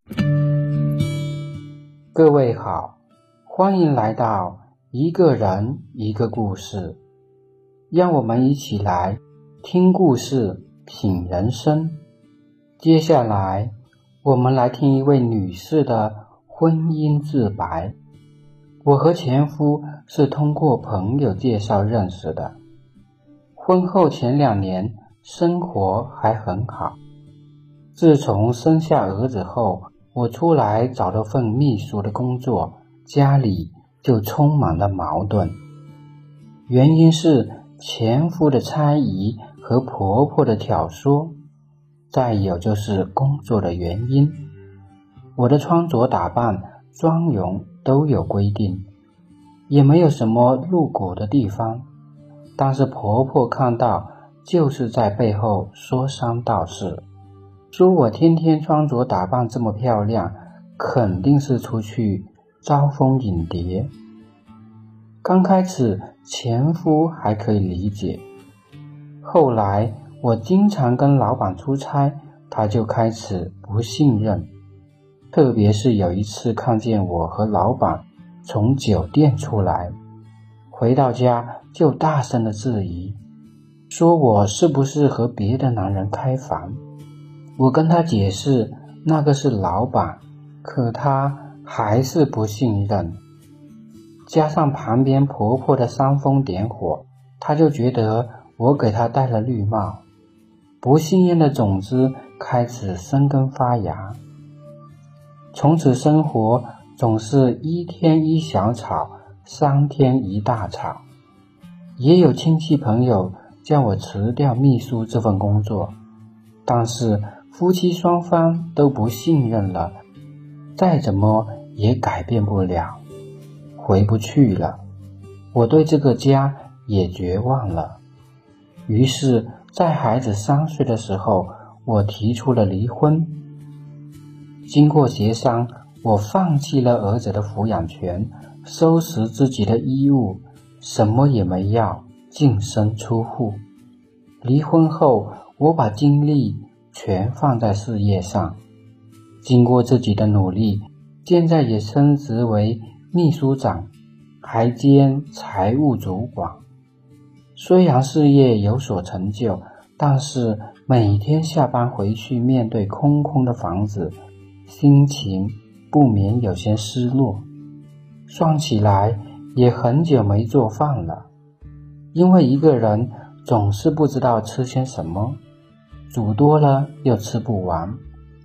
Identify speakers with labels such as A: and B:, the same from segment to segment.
A: 各位好，欢迎来到一个人一个故事，让我们一起来听故事，品人生。接下来我们来听一位女士的婚姻自白。我和前夫是通过朋友介绍认识的，婚后前2年生活还很好。自从生下儿子后，我出来找了份秘书的工作，家里就充满了矛盾。原因是前夫的猜疑和婆婆的挑唆，再有就是工作的原因。我的穿着打扮、妆容都有规定，也没有什么露骨的地方，但是婆婆看到就是在背后说三道四，说我天天穿着打扮这么漂亮，肯定是出去招蜂引蝶。刚开始前夫还可以理解，后来我经常跟老板出差，他就开始不信任。特别是有一次看见我和老板从酒店出来，回到家就大声的质疑，说我是不是和别的男人开房。我跟他解释那个是老板，可他还是不信任。加上旁边婆婆的煽风点火，他就觉得我给他戴了绿帽。不信任的种子开始生根发芽，从此生活总是1天1小吵，3天1大吵。也有亲戚朋友叫我辞掉秘书这份工作，但是夫妻双方都不信任了，再怎么也改变不了，回不去了。我对这个家也绝望了。于是在孩子3岁的时候，我提出了离婚。经过协商，我放弃了儿子的抚养权，收拾自己的衣物，什么也没要，净身出户。离婚后，我把精力全放在事业上，经过自己的努力，现在也升职为秘书长，还兼财务主管。虽然事业有所成就，但是每天下班回去面对空空的房子，心情不免有些失落。算起来也很久没做饭了，因为一个人总是不知道吃些什么，煮多了又吃不完，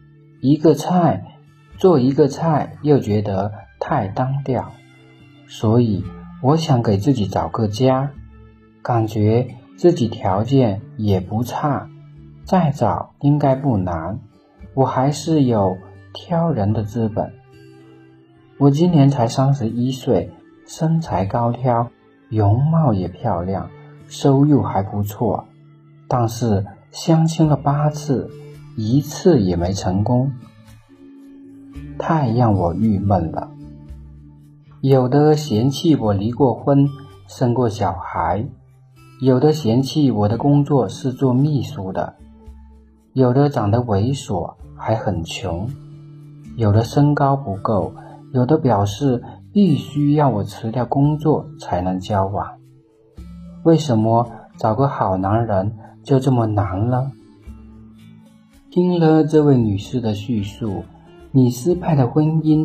A: 做一个菜又觉得太单调，所以我想给自己找个家，感觉自己条件也不差，再找应该不难，我还是有挑人的资本。我今年才31岁，身材高挑，容貌也漂亮，收入还不错，但是相亲了8次，1次也没成功，太让我郁闷了。有的嫌弃我离过婚，生过小孩，有的嫌弃我的工作是做秘书的，有的长得猥琐还很穷，有的身高不够，有的表示必须要我辞掉工作才能交往。为什么找个好男人就这么难了？听了这位女士的叙述，你失败的婚姻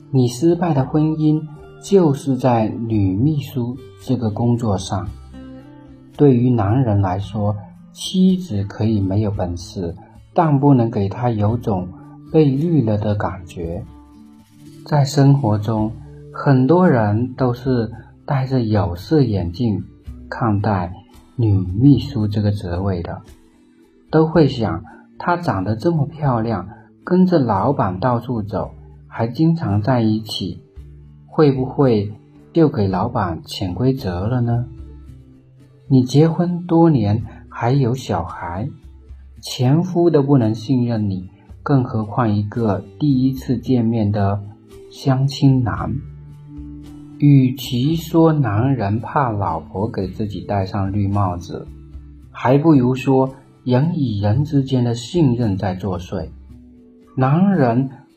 A: 就是在女秘书这个工作上。对于男人来说，妻子可以没有本事，但不能给他有种被绿了的感觉。在生活中，很多人都是戴着有色眼镜看待女秘书这个职位的，都会想她长得这么漂亮，跟着老板到处走，还经常在一起，会不会就给老板潜规则了呢？你结婚多年还有小孩，前夫都不能信任你，更何况一个第一次见面的相亲男。与其说男人怕老婆给自己戴上绿帽子，还不如说人与人之间的信任在作祟。男人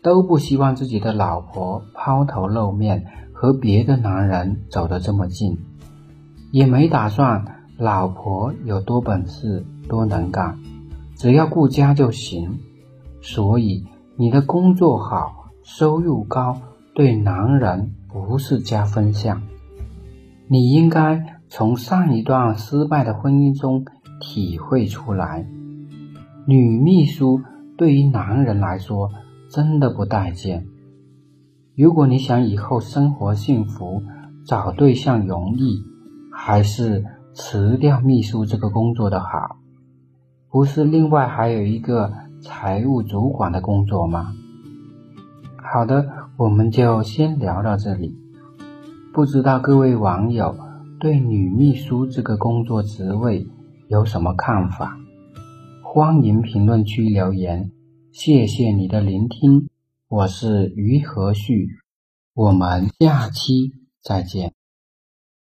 A: 都不希望自己的老婆抛头露面，和别的男人走得这么近，也没打算老婆有多本事多能干，只要顾家就行。所以你的工作好，收入高，对男人不是加分项。你应该从上一段失败的婚姻中体会出来，女秘书对于男人来说真的不待见。如果你想以后生活幸福，找对象容易，还是辞掉秘书这个工作的好。不是另外还有一个财务主管的工作吗？好的，我们就先聊到这里。不知道各位网友对女秘书这个工作职位有什么看法？欢迎评论区留言。谢谢你的聆听，我是于和旭，我们下期再见。